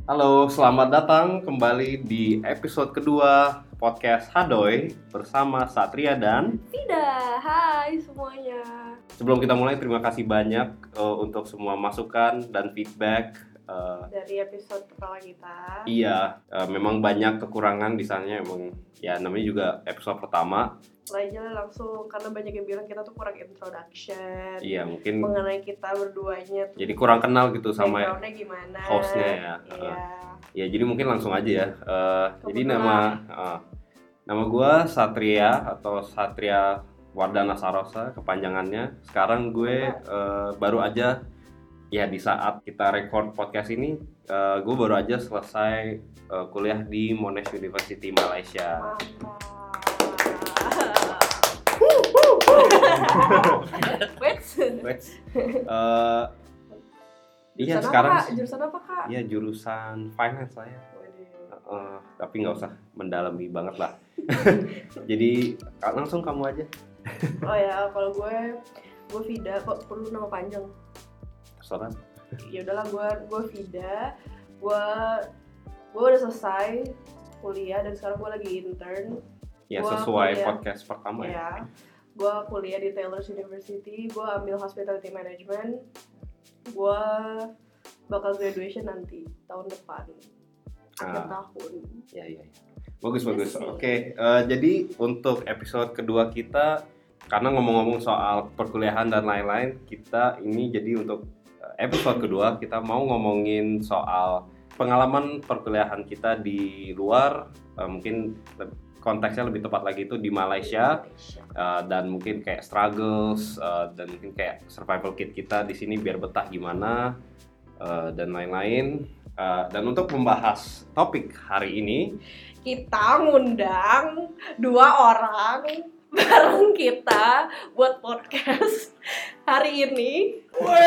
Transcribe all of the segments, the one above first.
Halo, selamat datang kembali di episode kedua podcast Hadoy bersama Satria dan Vida. Hai semuanya. sebelum kita mulai terima kasih banyak untuk semua masukan dan feedback. Dari episode pertama kita. Iya, memang banyak kekurangan di sana emang ya namanya juga episode pertama. Aja langsung karena banyak yang bilang kita tuh kurang introduction. Iya, mungkin mengenai kita berduanya tuh. jadi kurang kenal gitu sama backgroundnya gimana? hostnya ya. Iya. Ya jadi mungkin langsung aja ya. Jadi Kebetulan. nama gue Satria atau Satria Wardana Sarosa kepanjangannya. Sekarang gue baru aja ya di saat kita record podcast ini gue baru aja selesai kuliah di Monash University Malaysia. Mantap. Wait. Iya Jurusan sekarang apa, Kak? Jurusan apa, Kak? ya jurusan finance lah ya. Tapi nggak usah mendalami banget lah. Jadi langsung kamu aja. Oh ya, kalau gue Vida, kok perlu nama panjang? Soalnya Ya udahlah, gue Vida. Gue udah selesai kuliah dan sekarang gue lagi intern. ya Gua sesuai kuliah. podcast pertama ya. Ya, gue kuliah di Taylor's University. Gue ambil hospitality management. Gue bakal graduation nanti tahun depan, akhir tahun. Ya. Bagus. Yes, sih. Oke, jadi untuk episode kedua kita, karena ngomong-ngomong soal perkuliahan dan lain-lain, kita ini jadi untuk episode kedua kita mau ngomongin soal pengalaman perkuliahan kita di luar, mungkin konteksnya lebih tepat lagi itu di Malaysia, dan mungkin kayak struggles dan mungkin kayak survival kit kita di sini biar betah gimana dan lain-lain. Dan untuk membahas topik hari ini, Kita ngundang 2 orang bareng kita buat podcast hari ini.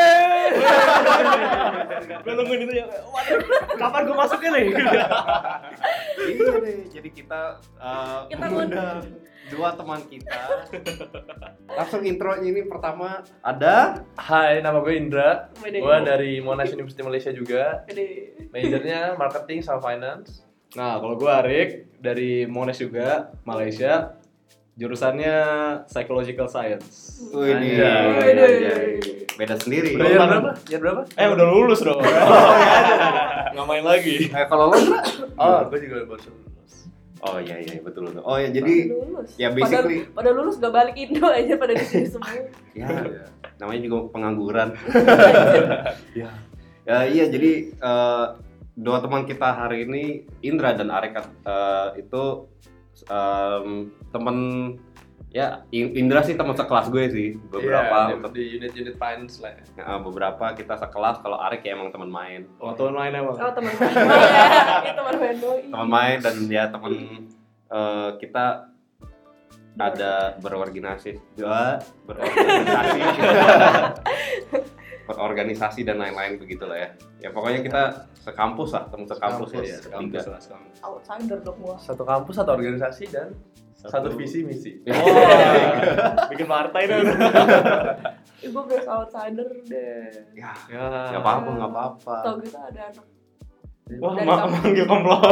Gue nungguin itu ya. Waduh, kapan gue masukin nih? iya deh, jadi kita Kita mengundang 2 teman kita. Langsung intronya ini pertama ada Hai, nama gue Indra. Wede. Gue dari Monash University Malaysia juga. Gede. Majornya marketing sama finance. Nah, kalau gue Arik dari Monash juga, Malaysia. Jurusannya psychological science. Wih, Anjay. beda sendiri. Udah year berapa? Year berapa? Udah lulus dong. Nggak main lagi. Kalau lo enggak? Oh, gue juga baru lulus. Oh iya betul. Oh ya jadi Lulus. ya basically pada lulus gak balik Indo aja pada di sini semua. ya namanya juga pengangguran. Ya. Iya jadi 2 teman kita hari ini Indra dan Arek itu teman ya Indra sih teman sekelas gue sih beberapa Iya, di unit-unit finance lah. beberapa kita sekelas. Kalau Arek ya emang teman main. Oh, teman main emang. Oh, teman main. Ya, teman main doi. Teman main dan ya teman kita ada berorganisasi dan lain-lain begitulah ya. Ya pokoknya kita sekampus lah, teman sekampus ya. Sekampus Tiga. lah, sekampus. Outsider dong gua. Satu kampus, satu organisasi dan satu visi misi. Oh. Bikin partai dong. Gue beres outsider deh. Ya, Ya. nggak apa-apa. Tau gitu ada anak. Wah, Dari manggil komplot.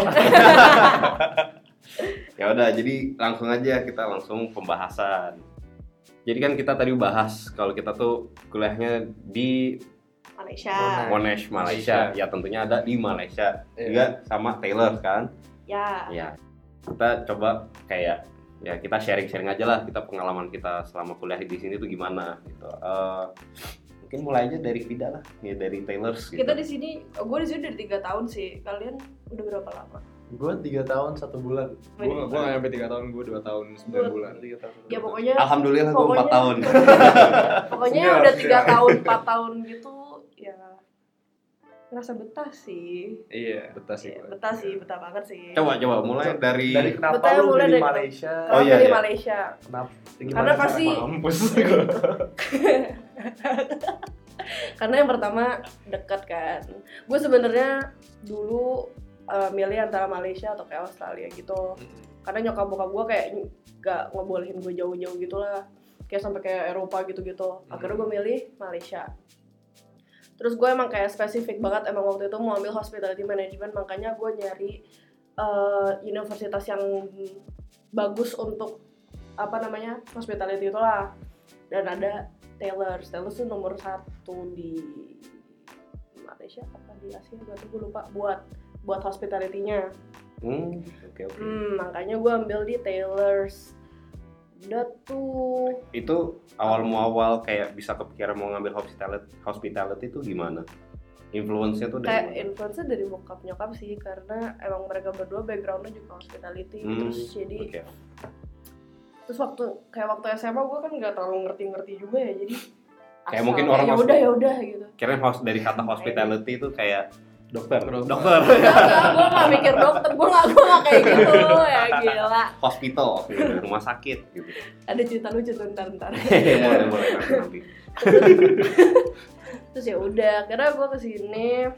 Ya udah, jadi langsung aja kita langsung pembahasan. Jadi kan kita tadi bahas kalau kita tuh kuliahnya di Malaysia. Monash Malaysia. Ya tentunya ada di Malaysia. Iya. Juga sama Taylor kan. Ya. Ya. Kita coba kayak ya kita sharing-sharing aja lah kita pengalaman kita selama kuliah di sini tuh gimana gitu. Mungkin mulai aja dari Vida lah, ya dari Taylor gitu. Kita di sini, gue di sini dari 3 tahun sih. Kalian udah berapa lama? Gue 3 tahun 1 bulan. Gue nggak nyampe 3 tahun, gue 2 tahun 9 bulan. 3 tahun. Ya pokoknya Alhamdulillah gue 4 tahun. pokoknya Siap, udah 3 siap. tahun 4 tahun gitu ya. Ngerasa betah sih. Iya, betah sih. Ya, betah sih, betah banget sih. Coba mulai dari kenapa Betahnya lu mulai di dari- Malaysia? Kenapa Oh, iya, dari iya. Malaysia? Kenapa? Karena pasti- Mampus. Karena yang pertama dekat kan. Gue sebenarnya dulu milih antara Malaysia atau kayak Australia gitu. Karena nyokap bokap gue kayak gak ngebolehin gue jauh-jauh gitu lah. Kayak sampai kayak Eropa gitu-gitu. Akhirnya gue milih Malaysia. Terus gue emang kayak spesifik banget emang waktu itu mau ambil hospitality management, makanya gue nyari universitas yang bagus untuk hospitality itulah. Dan ada Taylor's tuh nomor 1 di Malaysia apa di Asia, gue lupa buat hospitality-nya. Oke. Makanya gue ambil di Taylor's. Udah tuh. Itu awal kayak bisa kepikiran mau ngambil hospitality itu gimana? Influence-nya tuh dari Kayak mana? influence-nya dari bokap nyokap sih, karena emang mereka berdua background-nya juga hospitality. Terus jadi terus waktu SMA gue kan nggak terlalu ngerti juga ya, jadi kayak mungkin orang ya udah gitu. Kirain dari kata hospitality itu kayak dokter. Enggak, gue nggak mikir dokter, gue nggak kayak gitu ya, gila. Hospital, rumah sakit gitu. Ada cerita lucu tuh ntar. boleh nanti. Terus ya udah, karena gue kesini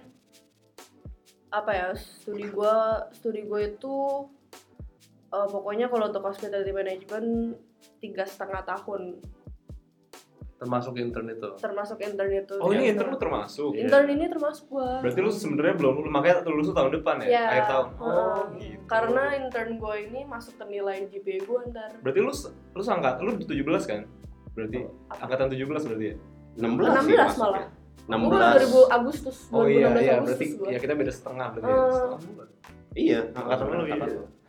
studi gue itu pokoknya kalau untuk hospitality management 3,5 tahun. Termasuk intern itu. Oh, ini intern lu termasuk. Intern ini termasuk gua. Berarti lu sebenarnya belum lulus, makanya lulus tahun depan ya? Akhir tahun. Gitu. Karena intern gua ini masuk ternilai GPA gua ntar. Berarti lu 17 kan? Berarti angkatan 17 berarti ya? 16 malah. 16 2000 Agustus. Oh iya, Agustus berarti gua. ya kita beda setengah berarti. Setengah bulan. Iya, Angkatan lu iya.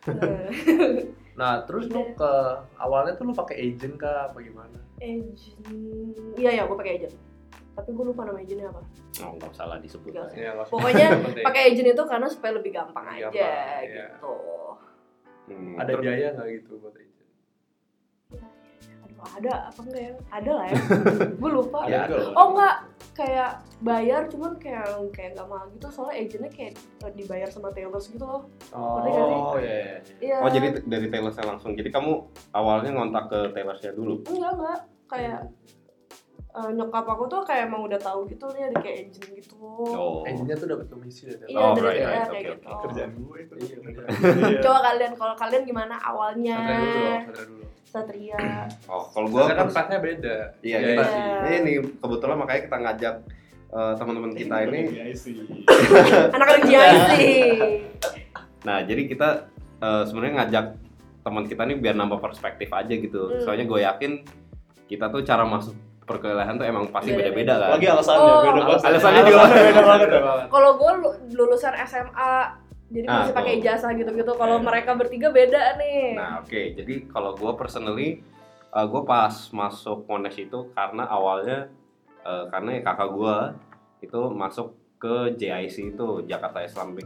Nah, terus lu ke awalnya tuh lu pakai agent kah apa gimana? Agent. Iya, gue pakai agent. Tapi gue lupa nama agentnya apa. Oh, nggak usah lah disebut. Ya, pokoknya pakai agent itu karena supaya lebih gampang aja gitu. Ada biaya nggak gitu buat agent? Aduh, ada apa enggak ya? Ada lah ya. Gue lupa. Ada. Oh enggak, kayak bayar cuman kayak nggak mahal gitu, soalnya agentnya kayak dibayar sama Taylor's gitu loh. Oh iya. Oh jadi dari Taylor's langsung. Jadi kamu awalnya ngontak ke Taylor's-nya dulu? Enggak. Kayak nyokap aku tuh kayak emang udah tahu gitu dia kayak agent gitu. Oh. Agentnya tuh dapat komisi dari Iya, dari kayak gitu. Kerjaan gue itu. Coba kalau kalian gimana awalnya? Satria dulu. Satria. Oh, kalau gue kan pathnya beda. Iya. Ini kebetulan makanya kita ngajak teman-teman kita ini. Anak-anak GIC. Nah, jadi kita sebenarnya ngajak teman kita nih biar nambah perspektif aja gitu. Soalnya gue yakin kita tuh cara masuk perkuliahan tuh emang pasti beda-beda kan. Lagi alasannya Alasannya juga beda banget. Kalau gue lulusan SMA, jadi masih pakai ijazah gitu-gitu. Kalau mereka bertiga beda nih. Nah, oke. Jadi kalau gue personally, gue pas masuk Monash itu karena awalnya karena kakak gue itu masuk ke JIC itu Jakarta Islamic.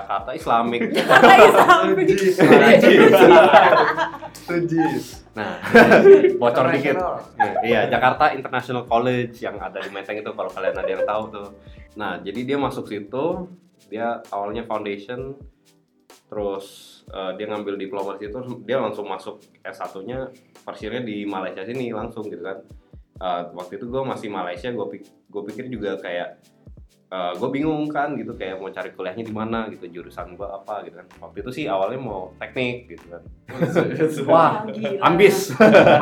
Nah, bocor dikit. Iya, Jakarta International College yang ada di Menteng itu kalau kalian ada yang tahu tuh. Nah, jadi dia masuk situ, dia awalnya foundation, terus dia ngambil diploma situ, dia langsung masuk S1-nya versinya di Malaysia sini langsung gitu kan. Waktu itu gue masih Malaysia, gue pikir juga kayak gue bingung kan gitu kayak mau cari kuliahnya di mana gitu, jurusan gue apa gitu kan. Waktu itu sih awalnya mau teknik gitu kan. Wah, ambis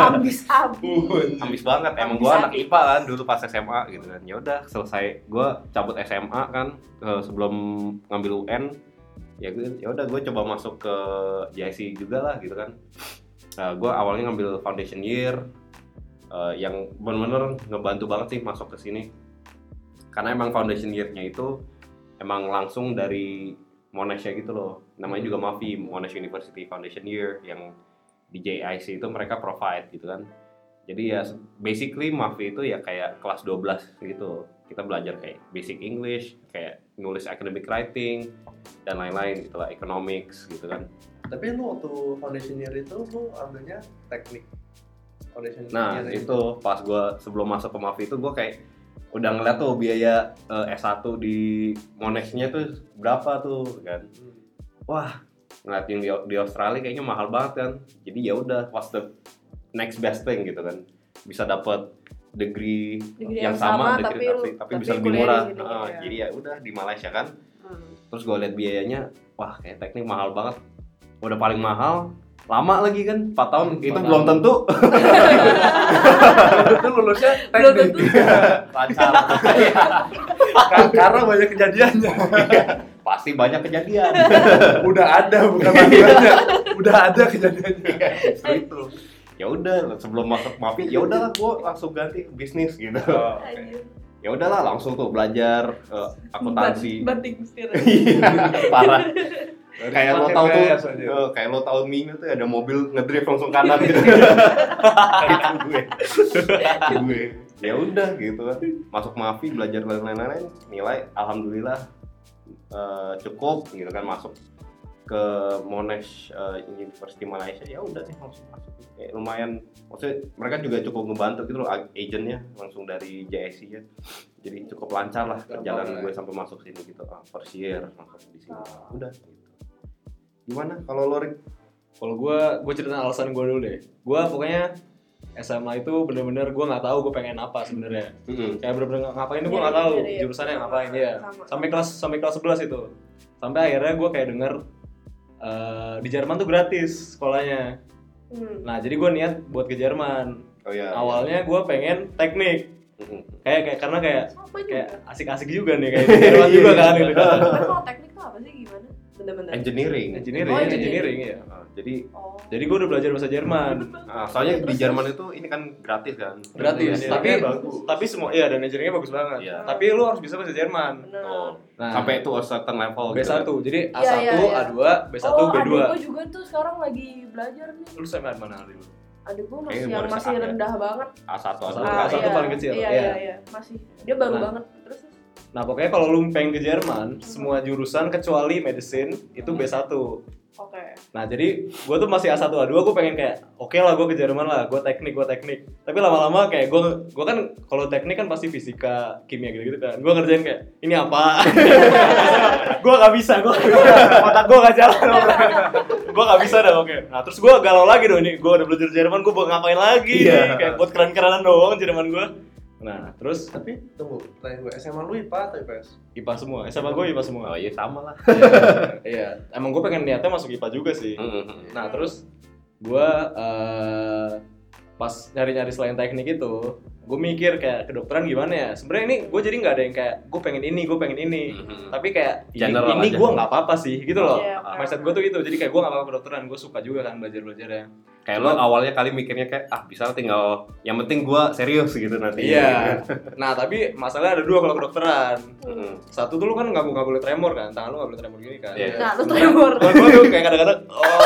banget. Emang gue anak IPA kan dulu pas SMA gitu kan. Ya udah selesai gue cabut SMA kan sebelum ngambil UN. Ya udah gue coba masuk ke JIC juga lah gitu kan. Gue awalnya ngambil foundation year yang benar-benar ngebantu banget sih masuk ke sini. Karena emang foundation year-nya itu emang langsung dari Monash gitu loh. Namanya juga MAFI, Monash University Foundation Year, yang di JIC itu mereka provide gitu kan. Jadi ya basically MAFI itu ya kayak kelas 12 gitu. Kita belajar kayak basic English, kayak nulis academic writing dan lain-lain gitu lah, economics gitu kan. Tapi lu waktu foundation year itu lu ambilnya teknik foundation year. Nah, itu pas gue sebelum masuk ke MAFI itu gue kayak udah ngeliat tuh biaya S1 di Monash-nya tuh berapa tuh kan. Wah, ngeliat yang di Australia kayaknya mahal banget kan. Jadi ya udah, what's the next best thing gitu kan. Bisa dapat degree yang sama tapi bisa lebih murah. Jadi ya udah di Malaysia kan. Terus gue liat biayanya, wah kayak teknik mahal banget. Udah paling mahal, lama lagi kan, 4 tahun, itu belum tentu. Itu lulusnya teknik. Lancar. Karena banyak kejadiannya. Pasti banyak kejadian. Udah ada, bukan banyak. Udah ada kejadiannya. Justru itu. Ya udah sebelum masuk Mafi, ya udahlah gue langsung ganti bisnis gitu. Anjir. Ya udahlah langsung tuh belajar akuntansi. Banting setir. Iya, parah. Kayak lo tahu tuh, PS aja. kayak lo tahu meme tuh ada mobil ngedrift langsung kanan gitu. Itu gue. Ya udah gitu kan. Masuk Mafi, belajar dan lain-lain, nilai alhamdulillah cukup gitu kan, masuk ke Monash University Malaysia. Ya udah deh langsung masuk. Kayak lumayan, maksudnya mereka juga cukup ngebantu gitu loh, agentnya langsung dari JSC ya. Jadi cukup lancar lah perjalanan gue sampai masuk sini gitu. First year masuk di sini. Udah gitu. Gimana kalau lo, Rik? Kalau gue cerita alasan gue dulu deh. Gue pokoknya SMA itu bener-bener gue nggak tahu gue pengen apa sebenarnya. Kayak bener-bener ngapain itu gue nggak tahu jurusannya ngapain ya. Sampai kelas 11 itu. Sampai akhirnya gue kayak denger di Jerman tuh gratis sekolahnya. Nah jadi gue niat buat ke Jerman. Oh iya. Awalnya gue pengen teknik. Karena kayak Apa juga? asik-asik juga nih kayak di Jerman juga kan. Gitu. Tapi kalau teknik tuh apa sih, gimana? Bener-bener. Engineering. Engineering ya. Jadi gue udah belajar bahasa Jerman. Soalnya di Jerman itu ini kan gratis kan. Gratis, Engineering-nya tapi semua iya, dan engineering-nya bagus banget. Iya. Tapi lu harus bisa bahasa Jerman. Bener. Oh. Nah, Sampai itu certain level B1. gitu. Jadi A1, Iya, iya, iya. A2, B1, Oh, B2. adik gue juga tuh sekarang lagi belajar nih. Lu sama mana lu? Adik gue masih Kayaknya yang baru masih saat ya. rendah banget. A1 A1. A2. A1 iya. paling kecil, Iya, iya. iya. Masih. Dia baru Nah. banget. Terus Nah, pokoknya kalau lu pengen ke Jerman, semua jurusan kecuali medicine itu B1. oke. Nah, jadi gue tuh masih A1, A2, gue pengen kayak oke lah gue ke Jerman lah, gue teknik. Tapi lama-lama kayak gue kan kalau teknik kan pasti fisika, kimia gitu-gitu kan. Gue ngerjain kayak ini apa? Gue gak bisa, otak gue gak jalan. Gue gak bisa dah, oke. Nah, terus gue galau lagi dong, ini gue udah belajar Jerman, gue mau ngapain lagi? Iya. Kayak buat keren-kerenan doang Jerman gue. Nah, terus Tapi tunggu, tanya gue SMA lu IPA atau IPS? IPA semua, SMA gue IPA semua. Oh iya sama lah. Iya, emang gue pengen niatnya masuk IPA juga sih. Nah terus gue pas nyari-nyari selain teknik itu, gue mikir kayak kedokteran gimana ya. Sebenarnya ini gue jadi nggak ada yang kayak gue pengen ini, tapi kayak General ini aja. gue nggak apa-apa sih, gitu loh. Iya, Mindset gue tuh gitu. Jadi kayak gue nggak apa-apa kedokteran, gue suka juga kan belajar-belajarnya. Kayak lo awalnya kali mikirnya kayak bisa tinggal yang penting gua serius gitu nanti. Iya. Nah tapi masalahnya ada dua kalau kedokteran. Satu tuh lu kan nggak boleh tremor kan, tangan lu nggak boleh tremor gini kan. Iya. Nah, lu tremor. Kalau gue tuh kayak kadang-kadang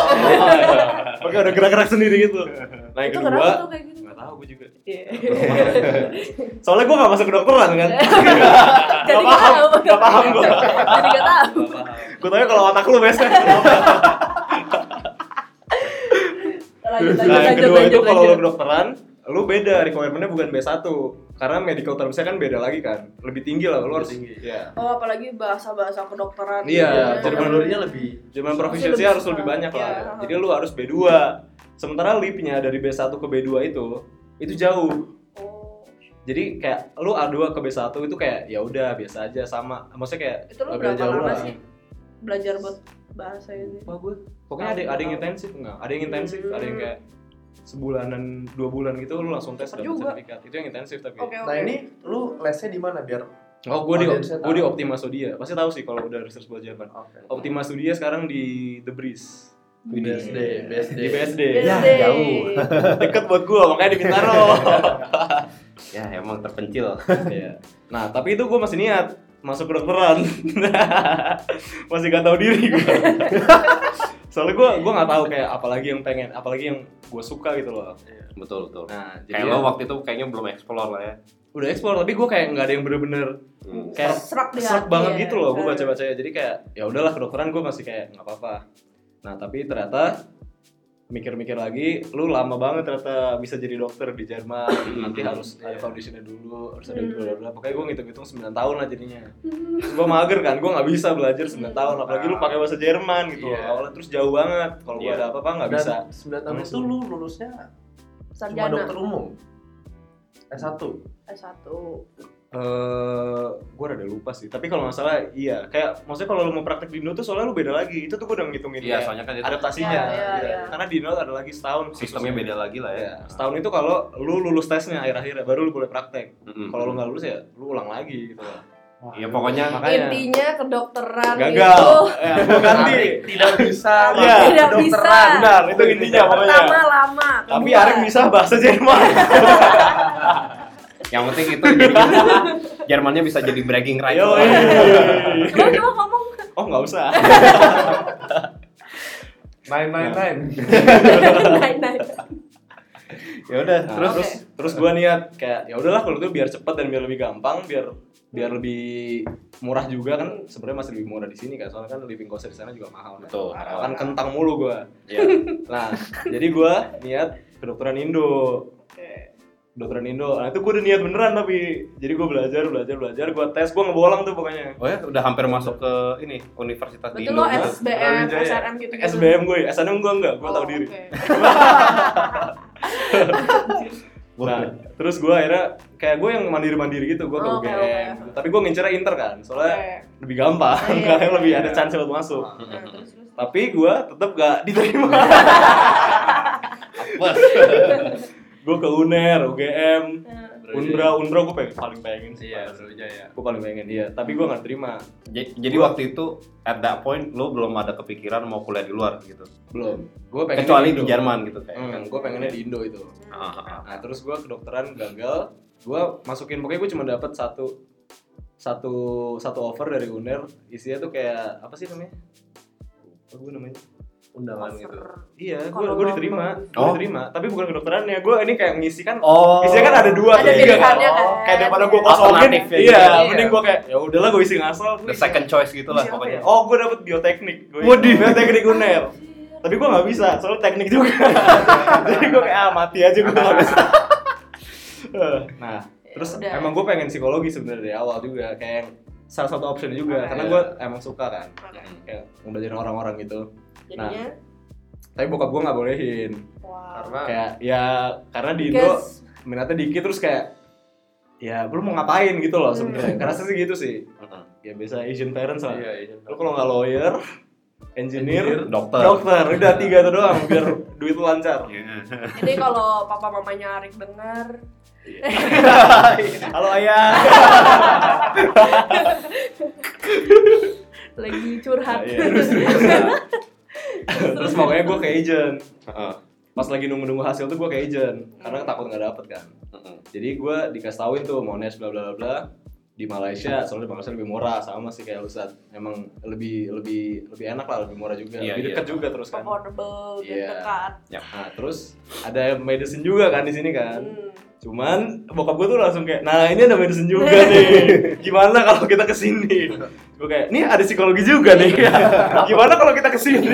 oke udah gerak-gerak sendiri gitu. Nah yang Itu kedua kenapa tuh kayak gitu? nggak tahu gue juga. Iya. Soalnya gue nggak masuk kedokteran kan. Jadi Nggak paham gue. Jadi nggak tahu. Gue tanya kalau otak lu biasanya. Lanjut, Nah yang kedua itu kalau lu lanjut. kedokteran, lu beda requirement-nya bukan B1. Karena medical terms-nya kan beda lagi kan. Lebih tinggi lah, lu harus tinggi. Iya. Oh, apalagi bahasa-bahasa kedokteran. Iya, gitu. Jerman Vocabulary-nya lebih Jerman Pasti proficiency lebih harus susah. lebih banyak lah. Iya. Jadi lu harus B2. Sementara LIP-nya dari B1 ke B2 itu jauh. Oh. Jadi kayak lu A2 ke B1 itu kayak ya udah biasa aja sama. Maksudnya kayak Itu lu nggak beda berapa jauh lama lah. sih belajar buat bahasa ini? Apa gue? Pokoknya ada yang intensif enggak? Ada yang intensif, ada yang kayak sebulanan, 2 bulan gitu lu langsung tes dapat Juga. sertifikat. Itu yang intensif tapi. Oke, Nah ini lu lesnya di mana biar Oh, gue audiensnya di tahu. Optima Studia. Pasti tahu sih kalau udah research buat Jerman. Optima Studia sekarang di The Breeze. BSD. Di BSD. Ya, jauh. Deket buat gua, makanya di Bintaro. Ya emang terpencil. Iya. Nah, tapi itu gue masih niat masuk kedokteran. Masih gak tahu diri gue. Soalnya gue nggak tahu kayak apalagi yang gue suka gitu loh. Betul. Nah, Kayak lo waktu itu kayaknya belum explore lah ya. udah explore tapi gue kayak nggak ada yang bener-bener kayak Serak di serak hati banget ya. gitu loh gue baca-bacanya. Jadi kayak ya udahlah kedokteran gue masih kayak nggak apa-apa. Nah tapi ternyata mikir-mikir lagi, lu lama banget ternyata bisa jadi dokter di Jerman. Nanti harus ada foundationnya dulu, harus ada dulu. Pokoknya gue ngitung-ngitung 9 tahun lah jadinya. Terus gue mager kan, gue nggak bisa belajar 9 tahun. Apalagi lu pakai bahasa Jerman gitu. Awalnya terus jauh banget. Kalau gue ada apa-apa nggak bisa. 9 tahun itu lu lulusnya cuma Sarjana dokter umum? S1? S1. Gue rada lupa sih. Tapi kalau nggak salah iya. Kayak maksudnya kalau lu mau praktek di Indo tuh soalnya lu beda lagi. Itu tuh gue udah ngitungin Iya, kayak soalnya kan itu adaptasinya. Iya. Karena di Indo ada lagi setahun. sistemnya beda lagi lah ya. Ya, setahun itu kalau lu lulus tesnya akhir-akhirnya baru lu boleh praktek. Mm-mm. Kalau lu nggak lulus ya lu ulang lagi gitu lah. Ya pokoknya Makanya. Intinya kedokteran gagal. itu Gua ganti. Tidak bisa Iya. Tidak kedokteran. bisa. Benar, itu intinya pokoknya. pertama lama. Tapi kedua. Arek bisa bahasa Jerman. yang penting itu jadi Jermannya bisa jadi bragging right. Yo. Coba ngomong. Oh, enggak usah. 999. Naik. Ya udah, Terus terus terus gua niat kayak ya udahlah kalau itu biar cepat dan biar lebih gampang, biar lebih murah juga kan sebenarnya masih lebih murah di sini kan soalnya kan living cost di sana juga mahal kan. Betul. Kan kentang mulu gua. ya. Nah, jadi gua niat kedokteran Indo. Kedokteran Indo. Nah, itu gua udah niat beneran tapi jadi gua belajar, gua tes, gua ngebolang tuh pokoknya. Oh ya, udah hampir masuk ke ini universitas di Betul Indo. lo SBM, Brawijaya. SNM gitu. SBM gue, SNM gua enggak, gua tahu diri. Nah, terus gue akhirnya kayak gue yang mandiri-mandiri gitu, gue ke Oh, UGM. oke. Tapi gue ngincernya Inter kan, soalnya Oke. lebih gampang, Iya, karena iya, lebih iya. ada chance buat masuk. Terus. Tapi gue tetap gak diterima. Gue ke UNER, UGM, Unbra gue paling pengen sih. Iya, Brawijaya. Gue paling pengen dia, tapi gue gak terima. Jadi waktu itu at that point lo belum ada kepikiran mau kuliah di luar gitu. Belum. Gue pengen Kecuali di Jerman gitu kayak. Gue pengennya di Indo itu. Nah, terus gue kedokteran gagal. Gue masukin pokoknya gue cuma dapat satu offer dari UNER. Isinya tuh kayak apa sih namanya? Apa gue namanya? Undangan gitu. Iya, Kalau gue lo diterima. belum- Gue diterima, tapi bukan kedokterannya. Gue ini kayak ngisi kan. Oh. Isinya kan ada 2 Ada pilihannya kan. Kayak daripada gue kosongin. Alternatifnya Iya, gitu. mending gue kayak ya udahlah gue isi ngasal. The second choice gitu lah Isi apa pokoknya. ya? Oh, gue dapet bioteknik. Waduh. Bioteknik UNER. Tapi gue nggak bisa, soalnya teknik juga. Jadi gue kayak mati aja gue nggak bisa. Nah, terus udah. emang gue pengen psikologi sebenarnya dari awal juga, kayak salah satu option juga, karena Iya. gue emang suka kan, Oke. kayak ngelajarin orang-orang gitu. Jadinya Tapi bokap gue nggak bolehin, wow. Karena kayak ya karena di Indo Guys, minatnya dikit terus kayak ya lu mau ngapain gitu loh sebenarnya. Karena sih gitu sih. Ya biasa Asian parents lah. iya. Lu kalau nggak lawyer, engineer, Dokter. dokter, udah 3 itu doang biar duit lu lancar. jadi kalau papa mamanya Arik dengar, Halo ayah. lagi curhat. Nah, iya. Terus pokoknya gue ke agent. Pas lagi nunggu hasil tuh gue ke agent karena takut nggak dapet kan. Jadi gue dikasih tauin tuh Monash bla bla bla di Malaysia, soalnya di Malaysia lebih murah sama sih kayak Ustad. Emang lebih enak lah, lebih murah juga, Iya, lebih dekat iya. juga terus kan. Affordable dan Iya. dekat. Nah terus ada medicine juga kan di sini kan. Hmm. Cuman bokap gue tuh langsung kayak, nah ini ada medicine juga nih. Gimana kalau kita kesini? Gue kayak, nih ada psikologi juga nih. Gimana kalau kita kesini?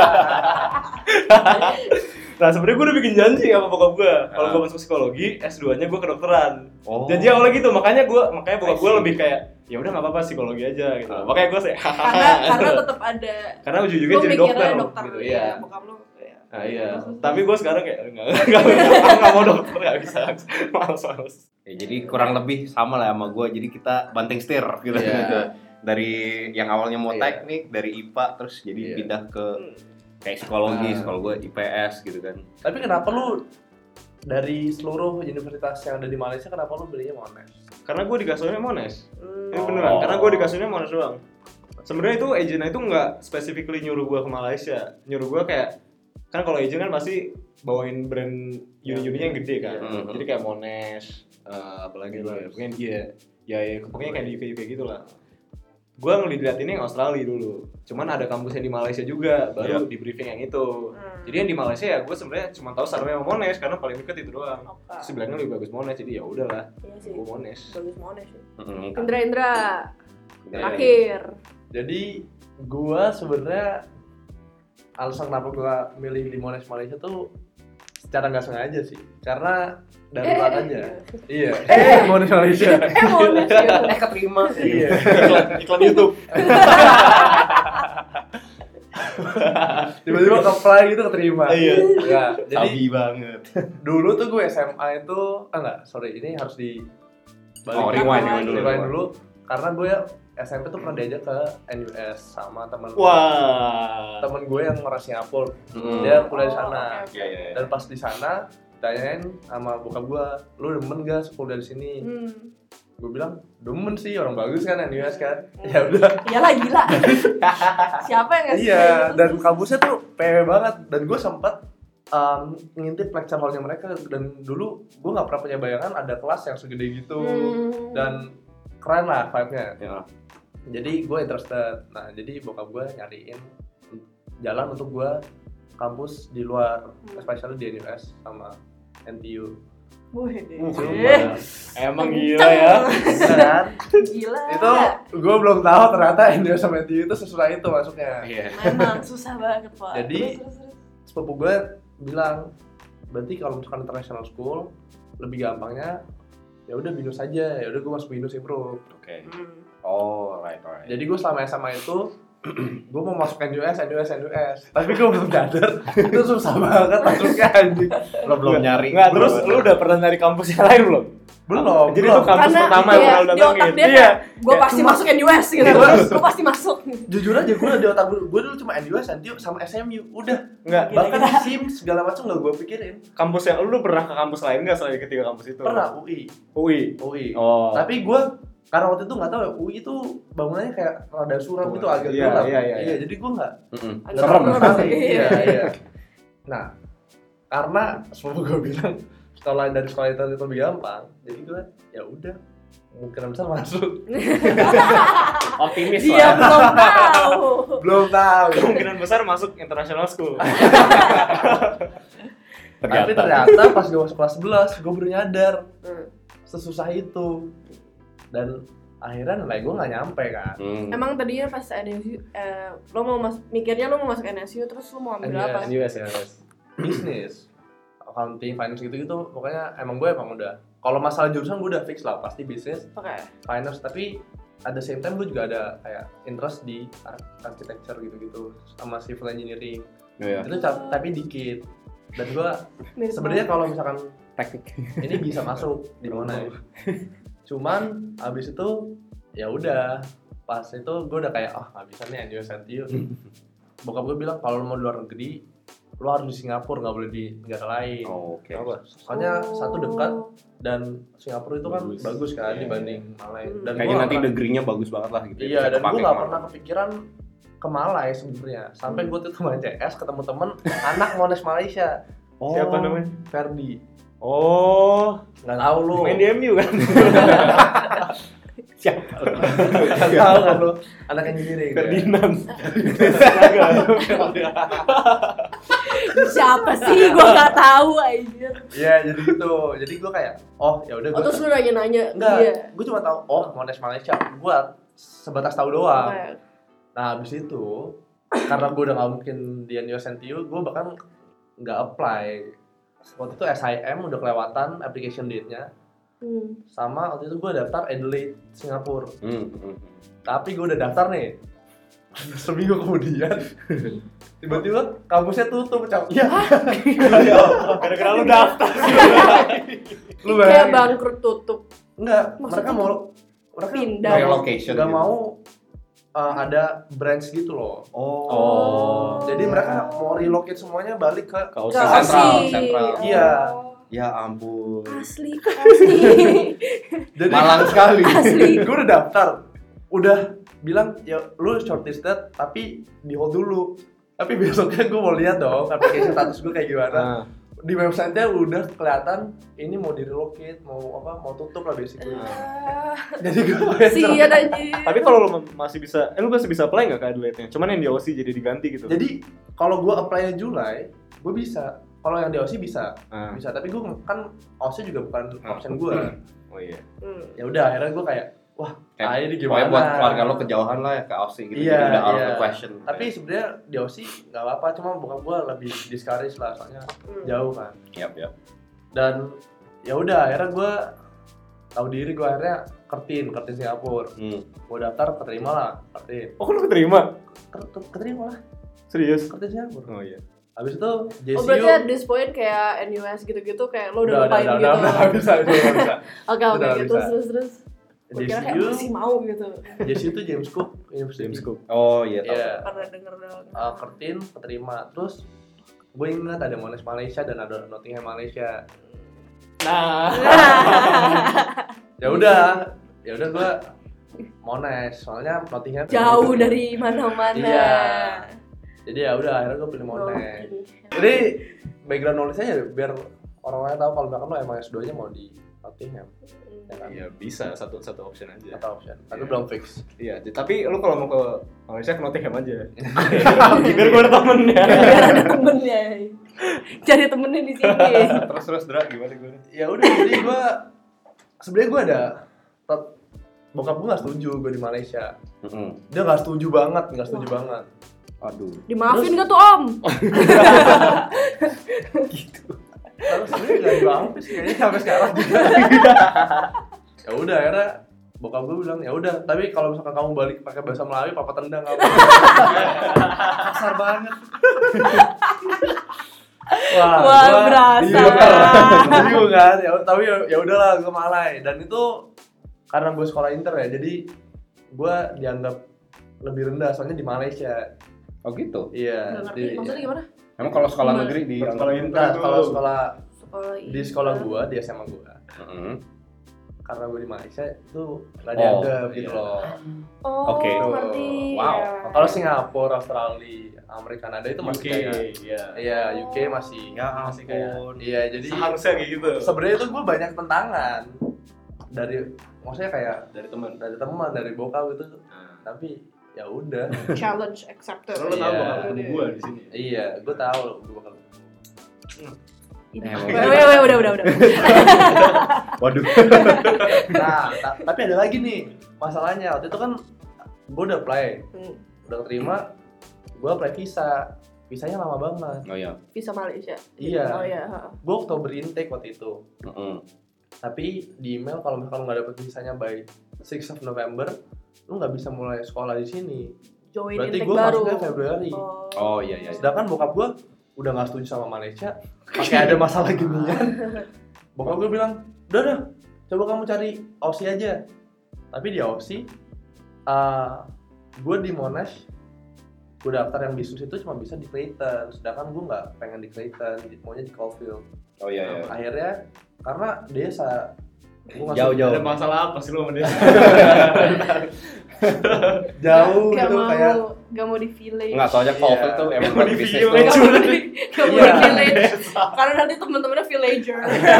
Nah sebenarnya gue udah bikin janji sama bokap gue. Kalau gue masuk psikologi, S2-nya gue kedokteran. Oh. Janji awalnya gitu, makanya bokap gue lebih kayak, ya udah nggak apa-apa psikologi aja gitu. Makanya gue kayak, Karena tetap ada. karena ujung-ujungnya Lu jadi mikirnya dokter gitu. ya, Iya. bokap lu. Ya. Nah iya, tapi gue sekarang kayak nggak mau dokter, nggak bisa, males. Ya, jadi kurang lebih sama lah sama gue. Jadi kita banting setir gitu. Iya. Gitu. Dari yang awalnya mau Iya. teknik, dari IPA terus jadi Iya. pindah ke kayak psikologi, Nah. kalau gue IPS gitu kan. Tapi kenapa lu dari seluruh universitas yang ada di Malaysia kenapa lu belinya Monash? Karena gue dikasihnya Monash. Hmm. Ini beneran, karena gue dikasihnya Monash doang. Sebenarnya itu agentnya itu nggak specifically nyuruh gue ke Malaysia, nyuruh gue kayak kan kalau agent kan pasti bawain brand uni-uninya yang gede kan, Iya. jadi kayak Monash, apalagi lah, pokoknya ya pokoknya kayak di UK gitu lah. Gue ngeliat ini yang Australia dulu, cuman ada kampusnya di Malaysia juga, baru di briefing yang itu. Jadi yang di Malaysia ya gue sebenarnya cuma tahu sarangnya sama Monash karena paling deket itu doang. Oke. Terus bilangnya lebih bagus Monash, jadi ya udahlah, Iya sih. gue Monash. Bagus Monash sih. Mm-mm. Indra. Iya. Terakhir. Jadi gua sebenarnya alasan kenapa gua milih di Monash Malaysia tuh secara nggak sengaja sih, karena darurat aja. Iya. Monash Malaysia. Monash ya. Keterima. Iya. Iklan YouTube. Tiba-tiba apply gitu keterima. Iya. Ya, jadi Sabi banget. dulu tuh gue SMA itu ini harus di Oh, rewind dulu. rewind dulu karena gue SMP tuh pernah diajak ke NUS sama temen Wah. gue yang orang Singapura. Mm. Dia kuliah di Oh, sana. oke, Iya, iya, iya. Dan pas di sana ditanyain sama bokap gue, lu demen gak kuliah di sini? Gue bilang demen sih, orang bagus kan NUS kan. Ya udah. Iyalah gila. Siapa yang ngasih Iya, kayak gitu? dan kampusnya tuh PW banget. Dan gue sempet ngintip lecture hall-nya mereka. Dan dulu gue gak pernah punya bayangan ada kelas yang segede gitu. Dan keren lah vibe-nya. Ya. Jadi gue interested. Nah, jadi bokap gue nyariin jalan untuk gue kampus di luar, especially di NUS sama NTU. Wih deh. Emang gila ya. Iya kan? Gila. Itu gue belum tahu ternyata NUS sama NTU itu sesusah itu masuknya. Iya. Memang susah banget, Pak. Jadi, Terus. Sepupu gue bilang, berarti kalau misalkan international school lebih gampangnya ya udah BINUS aja. Ya udah gue masuk BINUS Improve. Oke. Oh, alright. Jadi gue selama SMA itu gue mau masuk NUS. Tapi gue belum sadar itu susah banget masuknya anjing. Lo belum nyari. Enggak, terus lu udah pernah nyari kampus yang lain belum? Belum. Jadi itu kampus Karena pertama iya, yang pernah lu di otak datengin. dia Iya. gue pasti masuk NUS gitu. Gue pasti masuk. Jujur aja gue di otak gue dulu cuma NUS, NTU sama SMU. Udah. Enggak, Bahkan SIM segala macam nggak gue pikirin. kampus yang lu pernah ke kampus lain enggak selain ketiga kampus itu? Pernah UI. UI. Oh. Tapi gue karena waktu itu nggak tahu ya, UI itu bangunannya kayak rada suram gitu, agak Iya, gelap. iya. Jadi gue nggak Agak Serem. serem. Iya. Nah, karena sepupu gue bilang sekolah dari sekolah itu lebih gampang, jadi gue ya udah mungkin bisa masuk. Optimis Dia lah. belum tahu. Belum tahu. Kemungkinan besar masuk international school. Tapi ternyata pas gue masuk kelas 11, gue baru nyadar sesusah itu. Dan akhirnya nilai gue nggak nyampe kan. Emang tadinya pas NSU, lo mau mikirnya lo mau masuk NSU terus lo mau ambil apa? NUS ya. Bisnis, accounting, finance gitu-gitu, pokoknya emang udah. Kalau masalah jurusan gue udah fix lah, pasti bisnis, Oke. finance. Tapi at the same time gue juga ada kayak interest di architecture gitu-gitu sama civil engineering. Iya. Itu tapi dikit. Dan gue Mirip sebenarnya kalau misalkan Teknik. ini bisa masuk di mana ya. Cuman abis itu ya udah, pas itu gue udah kayak nggak bisa nih NUS NTU. Bokap gue bilang kalau lo mau di luar negeri lo harus di Singapura, nggak boleh di negara lain. Oh, oke. Soalnya satu dekat dan Singapura itu kan bagus kan Iya, dibanding Malai. Dan Kayaknya gua nanti nggak negerinya bagus banget lah gitu. iya, Bisa dan gue kepake nggak kemana. pernah kepikiran ke Malai sebenarnya. Sampai gue tuh main CS ketemu temen anak Monash Malaysia. Siapa namanya? Ferdi. Oh, Nggak tahu lu. main di MU kan? Siapa? Nggak tahu kan lu. Anak engineering. Ferdinand. Siapa sih? Gue nggak tahu aja. Iya, jadi gitu. Jadi gue kayak, ya udah gue. Terus lu nanya-nanya Enggak, dia. gue cuma tahu Monash Malaysia. Gue sebatas tahu doang. Oke. Nah, habis itu karena gue udah nggak mungkin di NUS NTU, gue bahkan nggak apply. Waktu itu SIM udah kelewatan application date-nya. Sama waktu itu gue daftar Adelaide, Singapura. Tapi gue udah daftar nih. Seminggu kemudian tiba-tiba kampusnya tutup, Cak. Ya. Gara-gara lu daftar. Lu Kayak bangkrut tutup. Enggak, Maksudnya mereka pindah. Relocation nggak gitu. mau ada branch gitu loh. Oh. Jadi mereka mau relocate semuanya balik ke Kau Sentral. Iya. Ya ampun. Asli. Jadi Malang sekali. Asli. gue udah daftar, udah bilang ya lu shortlisted tapi di hold dulu. Tapi besoknya gue mau lihat dong application status gue kayak gimana. Di website-nya udah kelihatan ini mau di relocate, mau tutup lah basically. Jadi gue Sian anjir. Tapi kalau lu masih bisa, lu masih bisa apply nggak ke Adelaide-nya? Cuman yang di OC jadi diganti gitu. Jadi kalau gue apply Julai, gue bisa. Kalau yang di OC bisa, bisa. Tapi gue kan OC juga bukan option gue. Oh iya. Ya udah, akhirnya gue kayak, wah, ini gimana? Pokoknya buat keluarga lo kejauhan lah ya ke Aussie gitu. Iya, Jadi udah out of iya. the question. Tapi sebenarnya di OC nggak apa-apa, cuma bokap gue lebih discourage lah, soalnya jauh kan. Yap. Dan ya udah, akhirnya gue tahu diri, gue akhirnya kertin Singapura. Gue daftar, keterima lah, kertin. Oh, lu keterima? Keterima lah, Serius? kertin Singapura. Oh iya. Habis itu JCU. Oh berarti at this point kayak NUS gitu-gitu kayak lo udah lupain gitu. Udah bisa. Oke Udah gitu bisa. terus. Gue kira kayak JCU, masih mau gitu. JCU itu James Cook University. Oh iya tahu. Iya. Pernah denger dong. Kertin, keterima. Terus gue ingat ada Monash Malaysia dan ada Nottingham Malaysia. Nah. Ya udah, ya udah gue Monash, soalnya Nottingham Jauh dari mana-mana. Iya. Jadi ya udah akhirnya gue pilih Monash. Jadi background knowledge-nya biar orang-orang tahu kalau misalkan lo emang S2-nya mau di Nottingham. Ya kan? Iya bisa satu option aja. Atau option. Tapi Iya. belum fix. Iya, tapi lu kalau mau ke Malaysia ke Nottingham aja. Biar gue ada temennya. Biar ada temennya. Cari temennya di sini. Terus Dra gimana gue? Ya udah jadi gue sebenarnya gue ada bokap gue nggak setuju gue di Malaysia. Dia nggak setuju banget. Aduh. Dimaafin gak tuh Om? Kalau sebenarnya nggak dimaafin sih kayaknya sampai sekarang juga. Ya udah akhirnya bokap gue bilang ya udah tapi kalau misalkan kamu balik pakai bahasa Melayu papa tendang kamu. Kasar banget. Wah, gua berasa. bingung kan. Tapi ya udahlah gue Malay dan itu karena gue sekolah inter ya jadi gue dianggap lebih rendah soalnya di Malaysia. Oh gitu. Iya. Nggak ngerti, maksudnya gimana? Emang kalau sekolah Gimana? negeri di Sekolah inter. Nah, kalau sekolah Ini. di sekolah gue di SMA gue karena gue di Malaysia itu nggak Oh, dianggap gitu iya. loh. Oh, Oke. ngerti. Wow. Ya. Kalau Singapura, Australia, Amerika, Kanada itu masih kayak iya. iya UK masih Ya Masih kayak ampun. iya jadi Seharusnya kayak gitu. sebenarnya itu gue banyak tentangan dari maksudnya kayak Dari teman. teman dari bokap itu tapi ya udah Challenge accepted. Lo tahu Iya. bakal ketemu gue di sini. iya gue tahu gue bakal Ini. Weh, Udah. Waduh. nah tapi ada lagi nih masalahnya waktu itu kan gue udah apply udah terima gue apply visanya lama banget Oh iya. Visa Malaysia. iya Oh iya. gue Oktober intake waktu itu Heeh. tapi di email kalau misalkan nggak dapet visanya by 6 of November lu nggak bisa mulai sekolah di sini Join berarti intake gue baru. masuknya Februari Oh iya. sedangkan bokap gue udah nggak setuju sama Malaysia pakai ada masalah ginian bokap gue bilang udah coba kamu cari opsi aja tapi di opsi gue di Monash gue daftar yang bisnis itu cuma bisa di Clayton sedangkan gue nggak pengen di Clayton maunya di Caulfield. Oh iya. Akhirnya karena desa gue Jauh-jauh. Ada masalah apa sih lo sama dia? jauh Gak gitu mau, kayak gak mau di village. Enggak, soalnya Iya. Caulfield tuh emang Mau buat di bisnis village. tuh. Gak mau di Iya. village. Karena nanti teman-temannya villager.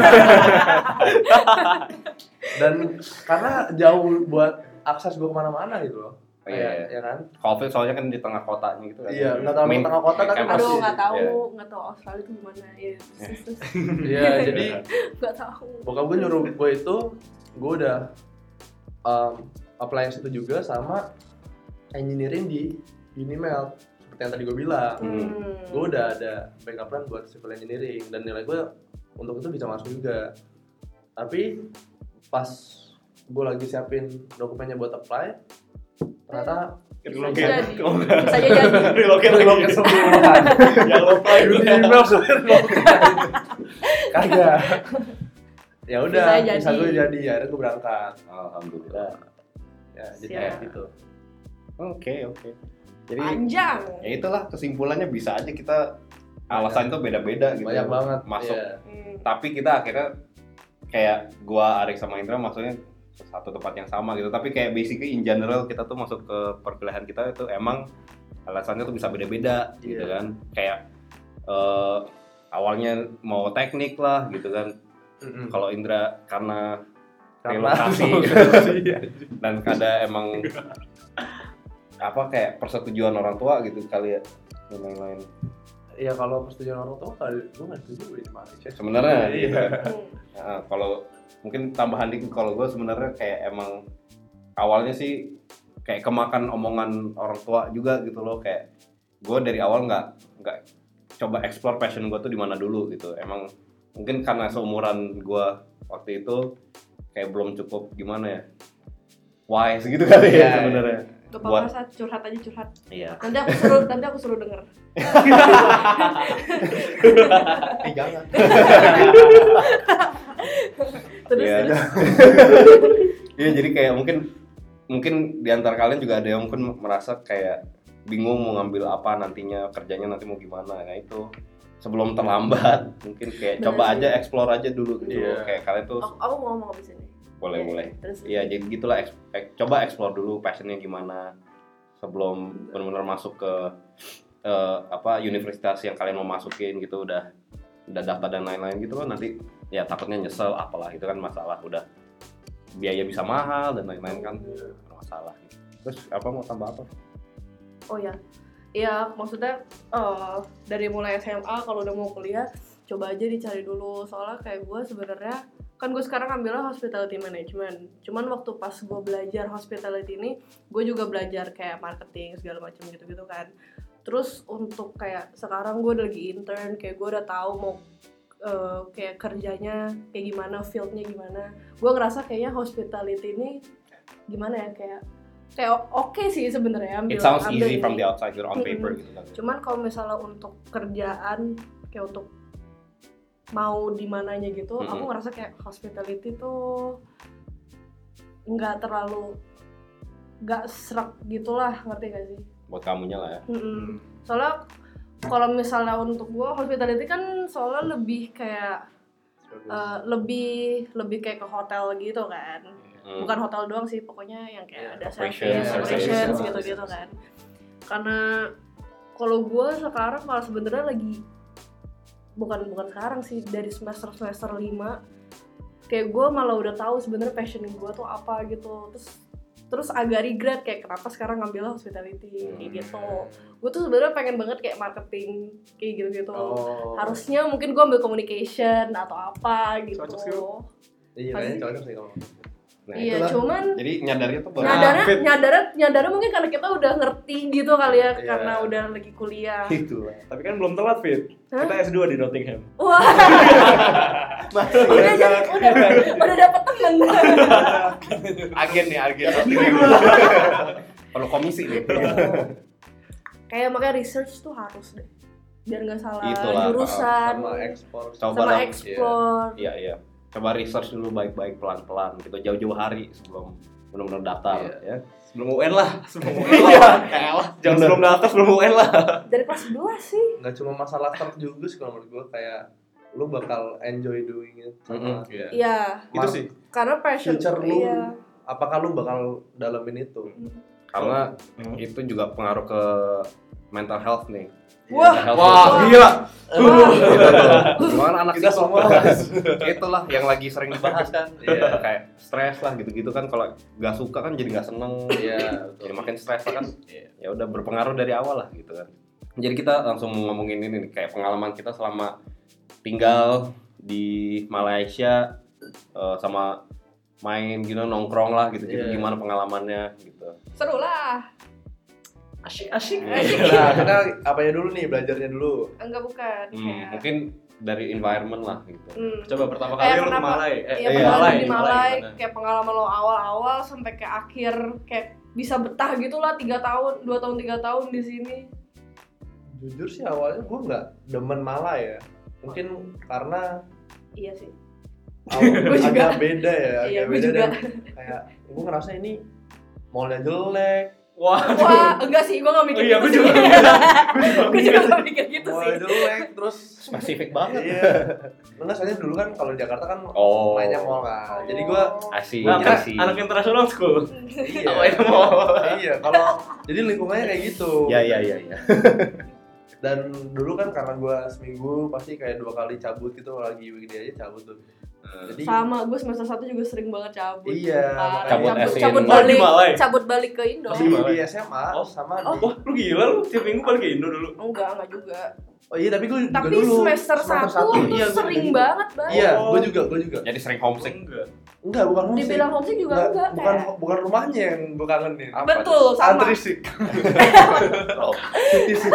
dan karena jauh buat akses gue kemana-mana gitu loh. Oh, iya. Kayak, ya kan? Caulfield soalnya kan di tengah kotanya gitu kan. Iya, nggak terlalu Main- tengah kota, tapi campus. Aduh, masih- nggak tahu, Iya. nggak tahu Australia itu gimana. Iya, terus. Iya, jadi Nggak tahu. bokap gue nyuruh gue itu, gue udah apply yang situ juga sama engineering di Unimel seperti yang tadi gue bilang. Gue udah ada backup plan buat civil engineering dan nilai gue untuk itu bisa masuk juga. Tapi pas gue lagi siapin dokumennya buat apply, ternyata Bisa jadi. Bisa aja jadi. Reloket kesembuhan. Ya lo play dulu. Unimel sebenarnya kagak. Ya udah, Bisa bisa jadi. gue jadi, akhirnya gue berangkat. Alhamdulillah. Ya, jadi Siap. kayak gitu. Oke. Jadi Panjang. ya itulah kesimpulannya bisa aja kita alasan itu beda-beda gitu. Banyak banget masuk. iya. Tapi kita akhirnya kayak gua, Arik sama Indra maksudnya satu tempat yang sama gitu. Tapi kayak basically in general kita tuh masuk ke perkuliahan kita itu emang alasannya tuh bisa beda-beda gitu Iya. kan. Kayak awalnya mau teknik lah gitu kan. Kalau Indra karena relokasi dan ada emang apa kayak persetujuan orang tua gitu kali ya dan lain-lain. Iya kalau persetujuan orang tua kali gue nggak setuju di Malaysia. Sebenarnya Iya. gitu kan. Nah, kalau mungkin tambahan dikit kalau gue sebenarnya kayak emang awalnya sih kayak kemakan omongan orang tua juga gitu loh, kayak gue dari awal nggak coba explore passion gue tuh di mana dulu gitu. Emang mungkin karena seumuran gue waktu itu kayak belum cukup gimana ya wise gitu kali ya sebenarnya. Gak apa-apa, saat curhat aja curhat. Iya. Nanti aku suruh denger. Jangan. Terus Iya. terus. Iya, jadi kayak mungkin di antara kalian juga ada yang mungkin merasa kayak bingung mau ngambil apa nantinya, kerjanya nanti mau gimana. Nah itu sebelum terlambat mungkin kayak Bener coba sih. aja explore aja dulu gitu. Iya. Kayak kalian tuh Aku mau ngomong abis ini. Boleh. Terus Iya, jadi gitulah coba explore dulu passionnya gimana sebelum benar-benar masuk ke universitas yang kalian mau masukin gitu, udah daftar dan lain-lain gitu loh, nanti ya takutnya nyesel apalah, itu kan masalah, udah biaya bisa mahal dan lain-lain kan masalah gitu. Terus apa mau tambah apa? Oh ya, iya maksudnya dari mulai SMA kalau udah mau kuliah coba aja dicari dulu, soalnya kayak gue sebenarnya kan gue sekarang ambilnya hospitality management, cuman waktu pas gue belajar hospitality ini gue juga belajar kayak marketing segala macam gitu-gitu kan. Terus untuk kayak sekarang gue lagi intern, kayak gue udah tahu mau kayak kerjanya kayak gimana, fieldnya gimana. Gue ngerasa kayaknya hospitality ini gimana ya, kayak oke sih sebenarnya It sounds ambil easy ini. from the outside, you're on paper gitu kan. Cuman kalau misalnya untuk kerjaan kayak untuk mau di mananya gitu, aku ngerasa kayak hospitality tuh nggak serak gitulah, ngerti gak sih? Buat kamunya lah ya. Soalnya kalau misalnya untuk gua hospitality kan soalnya lebih kayak lebih kayak ke hotel gitu kan. Bukan hotel doang sih, pokoknya yang kayak ada operations gitu kan. Karena kalau gue sekarang malah sebenarnya lagi bukan sekarang sih, dari semester 5 kayak gue malah udah tahu sebenarnya passion gue tuh apa gitu. Terus agak regret kayak kenapa sekarang ngambil hospitality kayak gitu. Gue tuh sebenarnya pengen banget kayak marketing kayak gitu. Harusnya mungkin gue ambil communication atau apa gitu. Cocok sih. Iya, kayaknya cocok sih kalau. Nah, iya, itulah. cuman Jadi nyadarnya tuh nyadarnya mungkin karena kita udah ngerti gitu kali ya, Iya. karena udah lagi kuliah. itulah. Tapi kan belum telat, Fit. Hah? Kita S2 di Nottingham. Wah, udah dapet temen. Agen. Perlu komisi nih. Kayak makanya research tuh harus deh, biar nggak salah Itulah, jurusan Sama ekspor. Coba lah. explore. Iya. Coba research dulu baik-baik pelan-pelan gitu, jauh-jauh hari sebelum benar-benar daftar ya. Sebelum UN lah. Jangan sebelum daftar, sebelum UN lah. Dari kelas 11 sih. Nggak cuma masalah start juga sih kalau menurut gue, kayak lu bakal enjoy doing it sama Iya, Itu sih. karena passion future lu. iya. Apakah lu bakal dalamin itu? Karena itu juga pengaruh ke mental health nih. Wah. Mental health Wah, itu- gila. Gimana anak Kita psiko? semua. Itulah yang lagi sering dibahas kan. Iya. Kayak stres lah gitu-gitu kan, kalau nggak suka kan jadi nggak seneng. Iya, Jadi makin stres lah kan. Iya. Ya udah berpengaruh dari awal lah gitu kan. Jadi kita langsung ngomongin ini nih, kayak pengalaman kita selama tinggal di Malaysia, sama main gitu, nongkrong lah gitu, Iya. gimana pengalamannya gitu. Seru lah. Asik. Nah, kita apanya dulu nih, belajarnya dulu. Enggak, bukan kayak Mungkin dari environment lah gitu. Coba pertama Kayak kali lu ke kenapa- Malai. Iya, Iya, pengalaman di Malai Malai, gimana? kayak pengalaman lo awal-awal sampai ke akhir, kayak bisa betah gitu lah 3 tahun, 2 tahun 3 tahun di sini. Jujur sih awalnya gue nggak demen Malai ya. Mungkin karena Iya sih. agak juga. beda ya. Iya, Agak gue beda juga. dan kayak gue ngerasa ini mallnya jelek, Wah. Wah, enggak sih, gue gak mikir Iya, gitu gue sih. juga. Gue juga gak mikir gitu sih. mallnya jelek, terus Spesifik banget. iya. Enggak, soalnya dulu kan kalau di Jakarta kan Oh. mainnya mall kan. Jadi gue Asik, Nah, kan asik. anak internasional school. iya. Apa itu mau? Iya, kalau jadi lingkungannya kayak gitu. Ya. Dan dulu kan karena gue seminggu pasti kayak 2 kali cabut gitu, lagi weekday aja cabut tuh. Jadi Sama, gue semester 1 juga sering banget cabut. Iya, Cabut, makanya. cabut Cabut balik, di Malai. cabut balik ke Indo. masih Malai. di SMA Oh. sama di Wah, lu gila lu tiap minggu balik ke Indo dulu. Enggak juga. Oh iya, tapi gue juga Tapi dulu semester 1 tuh iya, gua sering juga. banget banget. Iya, Oh. gue juga. Jadi sering homesick. Enggak. Enggak, bukan homesick. Dibilang homesick juga enggak. Bukan rumahnya yang gue kangenin. Apa Betul, sama. Antrisik. Oh, Citisik.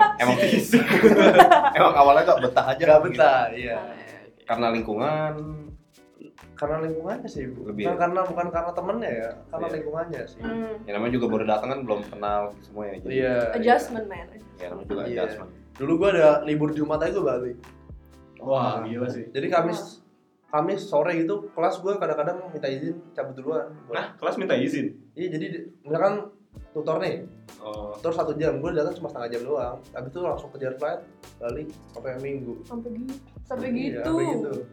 emang awalnya gak betah aja. Gak gitu. betah, iya. Karena lingkungan. Karena lingkungannya sih, Lebih bukan karena temennya ya, karena Iya. lingkungannya sih. Ya namanya juga baru datang kan, belum kenal semuanya. Jadi, Iya. Adjustment, man. Ya namanya juga Iya. adjustment. Dulu gue ada libur Jumat aja gue balik. Wah, gila sih. Jadi Kamis sore gitu, kelas gue kadang-kadang minta izin cabut duluan. Nah, kelas minta izin. Iya, jadi misalkan tutor nih, Oh. tutor 1 jam, gue datang cuma setengah jam doang. Habis itu langsung kejar flight, balik sampai Minggu. Sampai gitu. Sampai Iya, gitu. sampai gitu.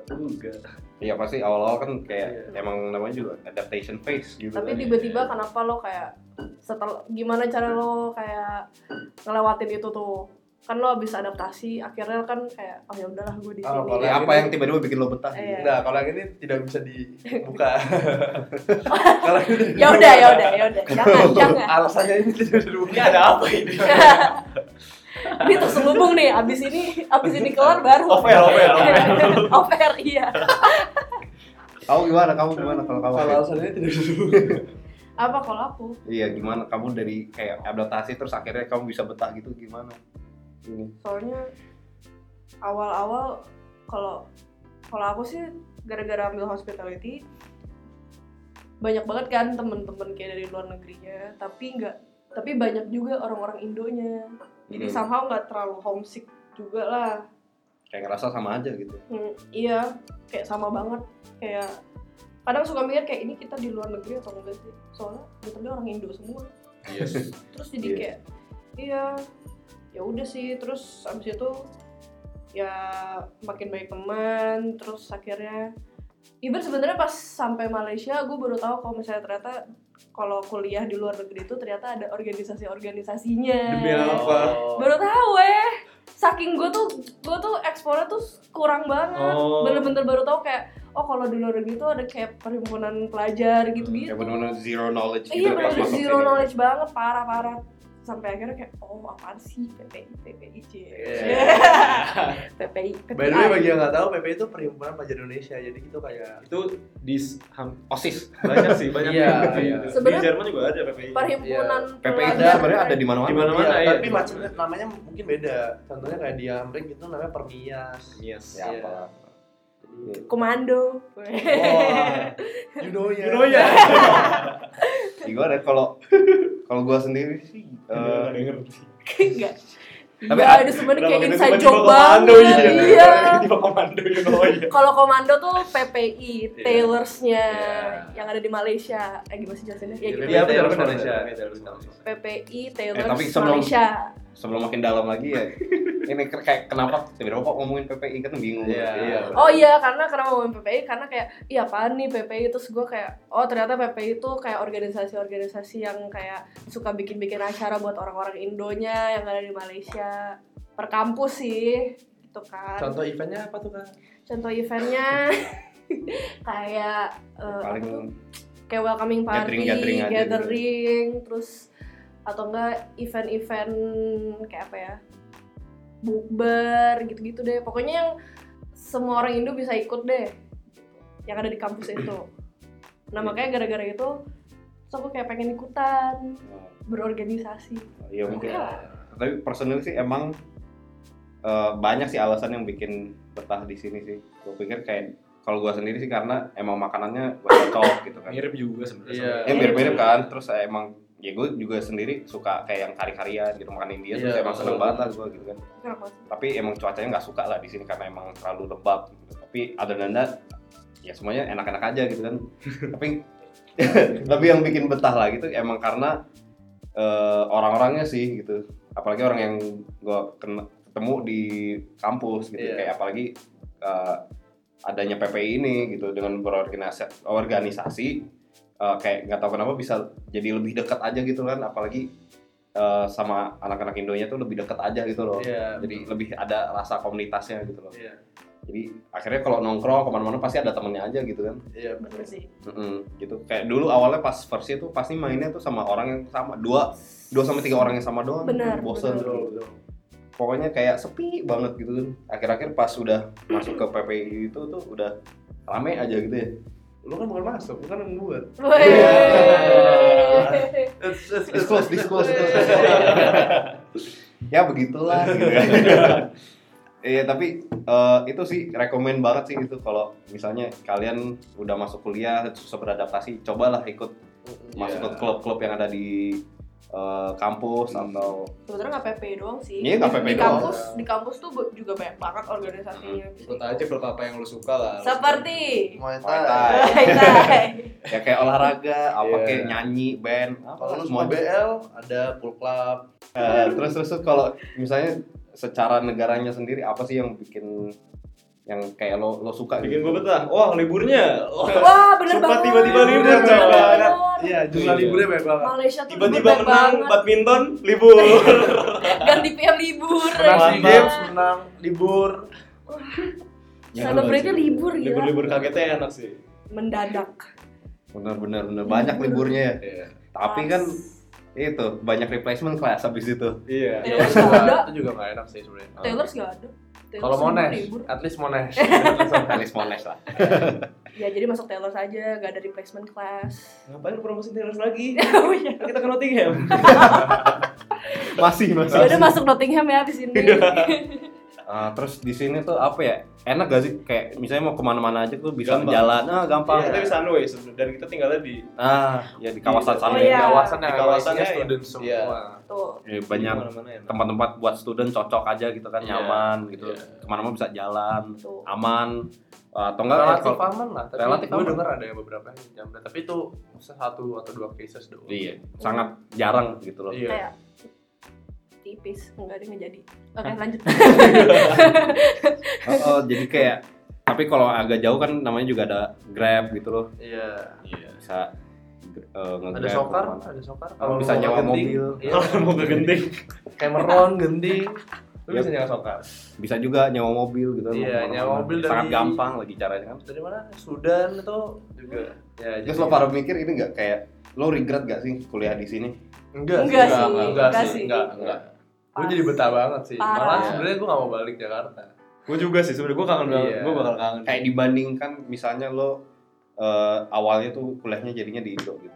Enggak. Iya pasti awal-awal kan kayak emang namanya juga adaptation phase gitu. Tapi kan. tiba-tiba kenapa lo kayak setelah gimana cara lo kayak ngelewatin itu tuh? Kan lo habis adaptasi, akhirnya kan kayak oh ya udahlah gue di sini. kalau Ya, apa yang tiba-tiba bikin lo betah? Iya. Enggak, kalau yang ini tidak bisa dibuka. Kalau ini Ya udah, jangan. alasannya ini tidak bisa dibuka. Ini ada apa ini? Ini terselubung nih, abis ini keluar baru. Off air. Off air, iya. Kamu gimana kalau kamu? Kalau alasannya tidak bisa dibuka. Apa kalau aku? Iya gimana kamu dari kayak adaptasi terus akhirnya kamu bisa betah gitu gimana? Ini. Soalnya awal-awal kalau aku sih gara-gara ambil hospitality banyak banget kan temen-temen kayak dari luar negerinya, tapi banyak juga orang-orang Indonya. Jadi somehow nggak terlalu homesick juga lah. Kayak ngerasa sama aja gitu. Iya, kayak sama banget. Kayak kadang suka mikir kayak ini kita di luar negeri atau enggak sih? Soalnya betulnya orang Indo semua. Yes. Terus jadi kayak iya, ya udah sih. Terus abis itu ya makin banyak teman. Terus akhirnya even sebenarnya pas sampai Malaysia gue baru tahu kalau misalnya ternyata kalau kuliah di luar negeri itu ternyata ada organisasinya. Demi apa? Baru tahu saking gue tuh eksplornya tuh kurang banget. Bener-bener baru tahu kayak oh kalau di luar negeri tuh ada kayak perhimpunan pelajar gitu-gitu. Kayak benar-benar zero knowledge gitu. Iya pas bener-bener masuk zero sini. knowledge banget, parah. Sampai akhirnya kayak oh apaan sih PPI By the way, bagi yang nggak tahu, PPI itu Perhimpunan Pelajar Indonesia. Jadi gitu kayak Itu di OSIS. banyak sih, banyak. Iya, PPI. iya. Di Sebenarnya Jerman juga ada PPI. perhimpunan PPI itu pelajar sebenarnya ada di mana-mana. Di mana-mana. Iya, ya, tapi di macamnya namanya mungkin beda. Contohnya kayak di Amrik itu namanya Permias. Yes. Ya Iya. apa? komando. Oh, you know ya. Gimana kalau gua sendiri sih Enggak. Tapi Iya, itu sebenarnya kayak Kenapa inside kita job tiba-tiba banget. komando, Iya. Tiba komando you know ya. Kalau komando tuh PPI, Iya. tailorsnya Iya. yang ada di Malaysia. Gimana sih jelasinnya? Ya gitu. Iya, benar, Malaysia. PPI, tailors tapi sebelum- Malaysia. sebelum makin dalam lagi ya ini kayak kenapa tiba-tiba kok ngomongin PPI kan bingung. Iya. Oh iya, karena ngomongin PPI karena kayak iya apaan nih PPI, terus gue kayak oh ternyata PPI itu kayak organisasi yang kayak suka bikin acara buat orang-orang Indonya yang ada di Malaysia per kampus sih gitu kan. Contoh eventnya apa tuh, Kak? Contoh eventnya kayak Paling apa tuh? Kayak welcoming party, Gathering aja gathering, terus atau enggak event-event kayak apa ya? Bukber gitu-gitu deh. Pokoknya yang semua orang Indo bisa ikut deh. Yang ada di kampus itu. Nah, makanya gara-gara itu terus aku kayak pengen ikutan berorganisasi. Iya mungkin. Oke. Tapi personal sih emang banyak sih alasan yang bikin betah di sini sih. Gue pikir kayak kalau gue sendiri sih karena emang makanannya gue cocok gitu kan. Mirip juga sebenarnya. Iya. Ya mirip-mirip kan. Terus emang ya gue juga sendiri suka kayak yang kari-karian gitu, makan India terus Iya, emang seneng betul. banget lah gue gitu kan. Kenapa sih? Tapi emang cuacanya nggak suka lah di sini karena emang terlalu lembab gitu. Tapi other than that ya semuanya enak-enak aja gitu kan. tapi yang bikin betah lah gitu emang karena orang-orangnya sih gitu. Apalagi orang yang gue ketemu di kampus gitu. Iya. Kayak apalagi adanya PPI ini gitu dengan berorganisasi kayak nggak tahu kenapa bisa jadi lebih dekat aja gitu kan, apalagi sama anak-anak Indonya tuh lebih dekat aja gitu loh. Iya, Jadi lebih ada rasa komunitasnya gitu loh. Iya. Jadi akhirnya kalau nongkrong kemana-mana pasti ada temennya aja gitu kan. Iya, Bener sih. Gitu. Kayak dulu awalnya pas first year tuh pasti mainnya tuh sama orang yang sama, 2 sampai 3 orang yang sama doang. Benar, Bosen. benar. Pokoknya kayak sepi banget gitu kan. Akhir-akhir pas udah masuk ke PPI itu tuh udah rame aja gitu ya. Lu kan bukan masuk, lu kan yang buat. Disclose. Ya begitulah gitu kan. Iya tapi itu sih rekomen banget sih itu kalau misalnya kalian udah masuk kuliah susah beradaptasi, cobalah ikut masuk ke klub-klub yang ada di kampus atau Sebenarnya nggak PPI doang sih. Iya, nggak PPI di doang. di kampus tuh juga banyak banget organisasinya. Ikut aja klub apa yang lu suka lah. Seperti Muay Muay Thai. Thai. Muay Thai. ya kayak olahraga, apa Iya. kayak nyanyi, band, Kalau apa lu semua. semua BL ada pool club. Terus kalau misalnya secara negaranya sendiri apa sih yang bikin yang kayak lo suka Bikin gitu. gue betah. Wah, liburnya. Wah, bener Sumpah banget. tiba-tiba libur, Bener coy. banget. Iya, jumlah liburnya banyak banget. Malaysia tuh Tiba-tiba libur menang banget. badminton, libur. Ganti PM libur. Menang SEA Gila. Games, menang libur. Celebrate-nya libur gitu. Libur-libur kagetnya enak sih. Mendadak. Bener banyak liburnya ya. Iya. Tapi Pas. kan itu banyak replacement class habis itu. Iya. Taylor nggak ada. Itu juga nggak enak sih sebenarnya. Taylor nggak ada. Taylor Kalau semua Monash, libur. at least Monash. Alice Monash lah. Ya jadi masuk Taylor saja, gak ada replacement class. Ngapain lu promosi Taylor lagi? Oh iya. Kan kita ke Nottingham. Masih. Ya udah masuk Nottingham ya abis ini. Terus di sini tuh apa ya? Enak gak sih kayak misalnya mau kemana-mana aja tuh bisa Gampang. jalan, gampang. Kita bisa unway sebenarnya dan kita tinggalnya di Ya di kawasan sana. Oh, iya. Kawasan Di yang kawasannya isinya student iya. semua. Tuh. Banyak mana-mana enak. tempat-tempat buat student cocok aja gitu kan, Iya. nyaman gitu. Iya. Kemana-mana bisa jalan, Tuh. aman. Atau enggak Relatif kalau- aman lah, tapi relatif gue aman. denger ada yang beberapa yang jambret, tapi itu satu atau dua cases doang. Iya, sangat jarang gitu loh. Iya. Kayak tipis, enggak ada yang jadi. Oke, lanjut. Jadi kayak tapi kalau agak jauh kan namanya juga ada Grab gitu loh. Iya. Bisa nge-Grab Ada sokar, kemana. ada sokar. Kalau bisa mau nyewa genting, mobil. iya. Kalau mau ke genting. Cameron, genting, lu Yap. bisa nyewa sokar. Bisa juga nyewa mobil gitu. Iya, mau kemana-mana. nyewa mobil sangat dari- gampang lagi caranya kan. Dari mana? Sudan itu juga. Ya, Terus lo pada mikir ini nggak kayak lo regret gak sih kuliah di sini? Enggak Enggak sih, sih, enggak enggak sih, sih. enggak. Gue Pas. jadi betah banget sih. Parah. Malah sebenarnya gue gak mau balik Jakarta. Gue juga sih sebenarnya gue kangen banget. Iya. Gue bakal kangen. Kayak dibandingkan misalnya lo awalnya tuh kuliahnya jadinya di Indo gitu.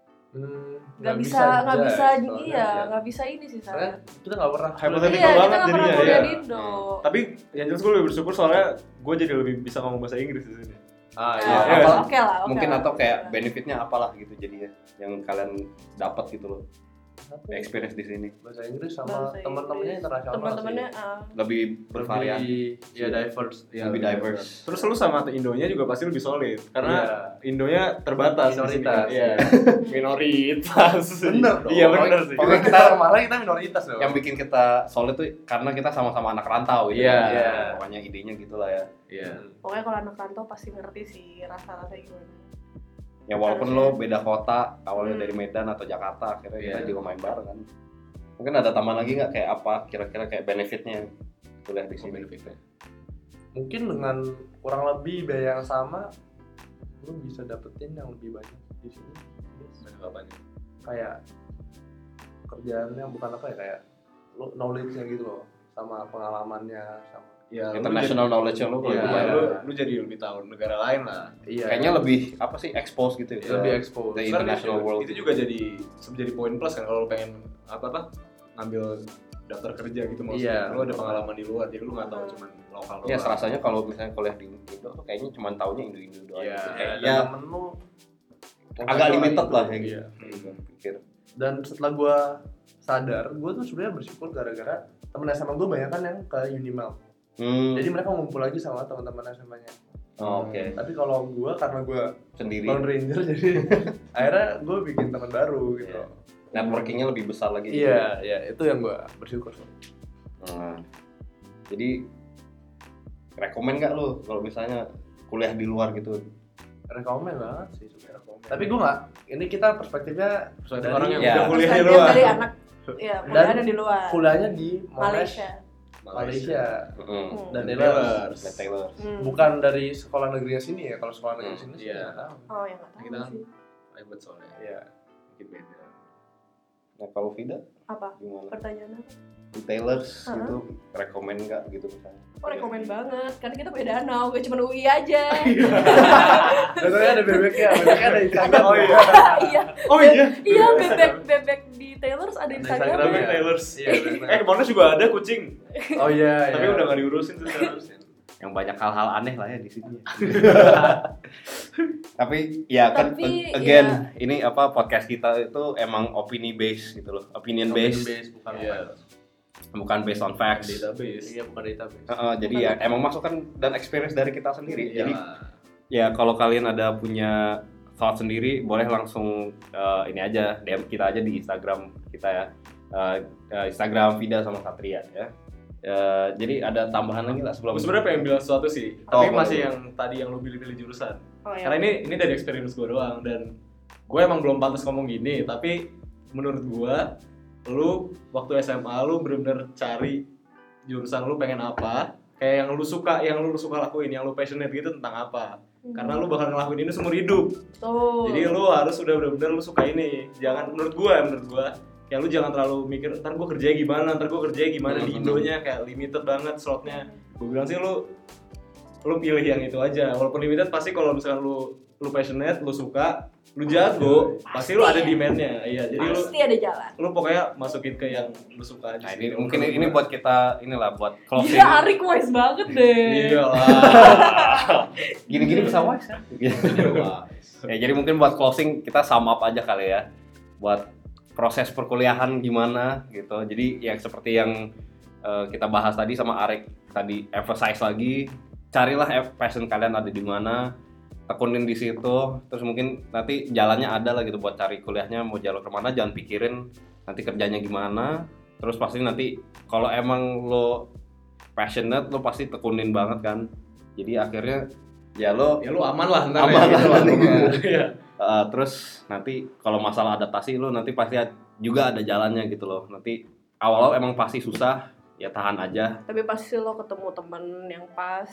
Nggak bisa, soalnya. iya, nggak bisa ini sih Karena saya. kita gak pernah. Hypothetical Iya, kita banget nggak pernah jadinya, kuliah ya. di Indo. Tapi yang jelas gue lebih bersyukur soalnya gue jadi lebih bisa ngomong bahasa Inggris di sini. Ah Ya, iya. Apa- oke lah, oke Mungkin lah. atau kayak benefitnya apalah gitu jadinya yang kalian dapat gitu loh. Experience di sini Bahasa Inggris sama Bahasa teman-temannya Inggris. internasional. Teman-temannya lebih bervariasi, Ya diverse. lebih diverse. Terus lu sama Indonya juga pasti lebih solid karena Iya. Indonya terbatas di sini. Minoritas. Iya. Minoritas. Bener dong. Iya bener sih. Pokoknya kita malah kita minoritas dong. Yang bikin kita solid tuh karena kita sama-sama anak rantau gitu. Iya. kan. Iya. Pokoknya idenya gitulah ya. Iya. Pokoknya kalau anak rantau pasti ngerti sih rasa-rasa gimana. Ya walaupun Harusnya. lo beda kota, awalnya Hmm. dari Medan atau Jakarta, akhirnya kita Iya. juga main bareng kan. Mungkin ada tambahan lagi nggak kayak apa kira-kira kayak benefitnya kuliah di sini? Mungkin dengan kurang lebih biaya yang sama, lu bisa dapetin yang lebih banyak di sini. Banyak apanya? Kayak kerjaannya bukan apa ya, kayak lu knowledge-nya gitu loh, sama pengalamannya sama. Ya, International knowledge lo kalau Iya, itu Iya. banyak. lu jadi lebih tahu negara lain lah. Iya. Kayaknya lebih apa sih expose gitu ya. lebih expose. The Karena international itu, world. itu juga jadi poin plus kan kalau lu pengen apa ngambil daftar kerja gitu maksudnya. Iya. Lu ada pengalaman di luar jadi lu nggak tahu cuman lokal doang. Iya, serasanya kalau misalnya kuliah di Indo tuh kayaknya cuma taunya Indo-Indo doang. Iya. gitu. Kayak Dan ya temen lu agak limited lah kayak Iya. gitu. Pikir. Dan setelah gua sadar, gua tuh sebenarnya bersyukur gara-gara temen SMA gua banyak kan yang ke Unimel. Jadi mereka ngumpul lagi sama teman-teman SMA-nya. Oh, oke. Tapi kalau gua karena gua Sendiri. Lone Ranger jadi akhirnya gua bikin teman baru gitu. Iya. Networkingnya lebih besar lagi. Iya, iya, itu yang gua bersyukur. Nah, jadi rekomen nggak lo kalau misalnya kuliah di luar gitu? Rekomen banget sih sebenarnya. Tapi gua nggak, ini kita perspektifnya Soalnya dari- orang yang Iya. udah kuliah di Perspektif luar. dari anak ya kuliah di luar. kuliahnya di Monash, Malaysia. Malaysia. Mm-mm. Dan Dan Taylor. Lihat Taylor. Bukan dari sekolah negerinya sini ya. Kalau sekolah negeri sini sih Iya. nggak tahu. Oh, yang nggak tahu Kita kan sih. ribet soalnya. Iya. Mungkin beda. Nah kalau Vida Apa? gimana? Pertanyaannya apa? Di Taylor's Hah? gitu rekomen nggak gitu misalnya? Oh, rekomen banget. Karena kita beda danau, gak cuma UI aja. Contohnya ada bebeknya ada Instagram. Oh iya. Iya. Oh iya. Iya, bebek di Taylor's ada Instagram. Instagram Tapi ya. Taylor's. Iya, benar. Monash juga ada kucing. Oh iya. Tapi iya. udah nggak diurusin tuh sekarang. Yang banyak hal-hal aneh lah ya di sini. Tapi ya kan Tapi, again ini apa podcast kita itu emang opini based gitu loh, opinion based, bukan Iya. bukan based on facts. Database. Iya, bukan database. Jadi ya emang masukan dan experience dari kita sendiri. Iya. Jadi ya kalau kalian ada punya thought sendiri boleh langsung ini aja DM kita aja di Instagram kita ya. Instagram Vida sama Satria ya. Jadi ada tambahan lagi lah sebelum. Gue sebenarnya pengen bilang sesuatu sih, Oh, tapi boleh, masih boleh. yang tadi yang lu pilih-pilih jurusan. Oh, ya. Karena ini dari experience gue doang dan gue emang belum pantas ngomong gini, tapi menurut gue, lu waktu SMA lu bener-bener cari jurusan lu pengen apa, kayak yang lu suka lakuin, yang lu passionate gitu tentang apa. Karena lu bakal ngelakuin ini seumur hidup. Tuh. Jadi lu harus udah bener-bener lu suka ini. Jangan menurut gue ya lu jangan terlalu mikir ntar gue kerjanya gimana di Indonya kayak limited banget slotnya. Gue bilang sih lu pilih yang itu aja. Walaupun limited pasti kalau misalkan lu passionate, lu suka, lu jago, pasti lu ada demand-nya. Iya, jadi pasti ada jalan. lu pokoknya masukin ke yang lu suka aja. Nah, ini mungkin ini buat kita inilah buat closing. Gila, Arik wise banget deh. Iya lah. Gini-gini bisa wise ya. Ya jadi mungkin buat closing kita sum up aja kali ya. Buat proses perkuliahan gimana gitu. Jadi yang seperti yang kita bahas tadi sama Arik tadi, emphasize lagi, carilah passion kalian ada di mana, tekunin di situ, terus mungkin nanti jalannya ada lah gitu buat cari kuliahnya mau jalur kemana, jangan pikirin nanti kerjanya gimana, terus pasti nanti kalau emang lo passionate lo pasti tekunin banget kan, jadi akhirnya ya lu aman lah ntar aman ya, lah gitu nantinya. Iya. Terus nanti kalau masalah adaptasi lo nanti pasti juga ada jalannya gitu loh, nanti awal-awal emang pasti susah ya tahan aja. Tapi pasti lo ketemu temen yang pas,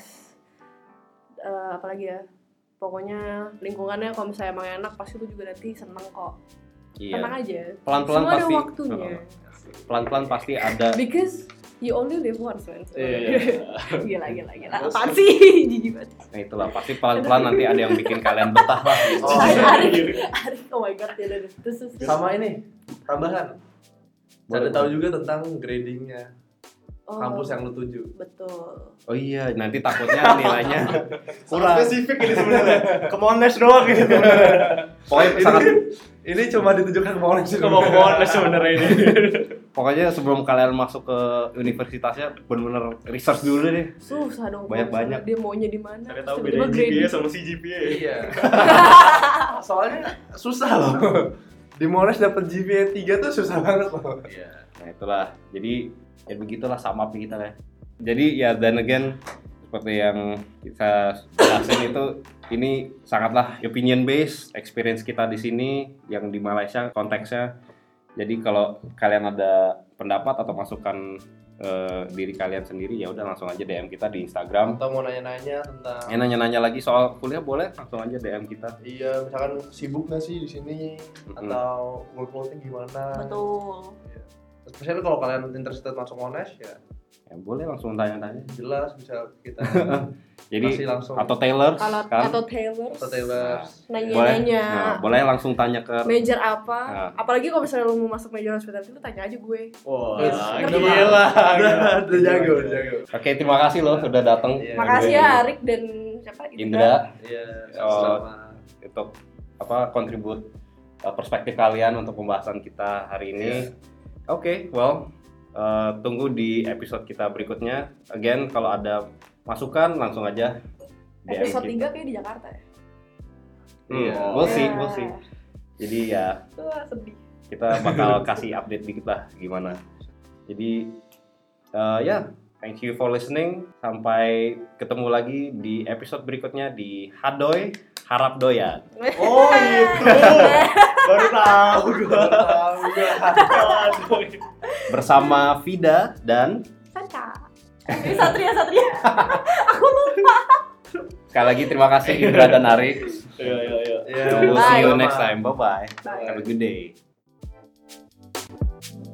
apalagi ya, pokoknya lingkungannya kalau misalnya emang enak pasti lo juga nanti seneng kok. Tenang Iya. aja. Pelan-pelan Semua pasti. ada waktunya. Pelan-pelan pasti ada. Because you only live once, man. Iya. Gila. Apaan sih? Jijik banget. Nah itulah pasti pelan-pelan nanti ada yang bikin kalian betah lah. Gitu. Oh, Arik, oh my god, ya udah. Terus. sama ini tambahan. Cari tahu juga tentang gradingnya Oh, kampus yang lu tuju. betul. Oh iya, nanti takutnya nilainya Kurang spesifik ini sebenarnya. Ke Monash doang gitu. pokoknya sangat Ini cuma ditujukan ke Monash. Ke Monash sebenarnya ini. pokoknya sebelum kalian masuk ke universitasnya benar-benar research dulu deh. Susah dong. Banyak-banyak. Dia maunya di mana? Cari tahu Tiba-tiba beda GPA grading. sama CGPA. Iya. Soalnya susah loh. Di Monash dapat GPA 3 tuh susah banget loh. Iya. Nah itulah, jadi ya begitulah sama kita ya. Jadi ya then again seperti yang kita jelasin itu, ini sangatlah opinion based, experience kita di sini yang di Malaysia konteksnya. Jadi kalau kalian ada pendapat atau masukan diri kalian sendiri ya udah langsung aja DM kita di Instagram. Atau mau nanya-nanya tentang Nanya-nanya lagi soal kuliah boleh langsung aja DM kita. iya, misalkan sibuk nggak sih di sini atau work-worknya gimana? Betul. Especially kalau kalian interested masuk Monash ya Ya boleh langsung tanya-tanya. jelas bisa kita Jadi kasih langsung atau Taylor Kalau kan? atau Taylor. atau Taylor. Nanya-nanya. Nah, boleh langsung tanya ke Major apa? Nah. Apalagi kalau misalnya lo mau masuk major hospitality, lo tanya aja gue. Wah, Ngerti gila. Udah jago, udah jago. Oke, terima kasih loh sudah datang. Iya. Makasih ya Arik dan siapa? Indra Iya, Oh. sama. untuk kontribut perspektif kalian untuk pembahasan kita hari ini. Oke, well tunggu di episode kita berikutnya. Again, kalau ada masukan langsung aja DM Episode kita. 3 kayak di Jakarta ya. Iya. We'll see, Ya. we'll see. Jadi ya Wah, sedih. kita bakal kasih update dikit lah gimana. Jadi ya, thank you for listening. Sampai ketemu lagi di episode berikutnya di Hadoy Harap Doyan. Oh itu. Baru tahu gua. Bersama Vida dan Saca. Satria. Aku lupa. sekali lagi terima kasih Indra dan Arik. Iya. Iya. We'll see you Bye. next time. Bye-bye. Bye. Have a good day.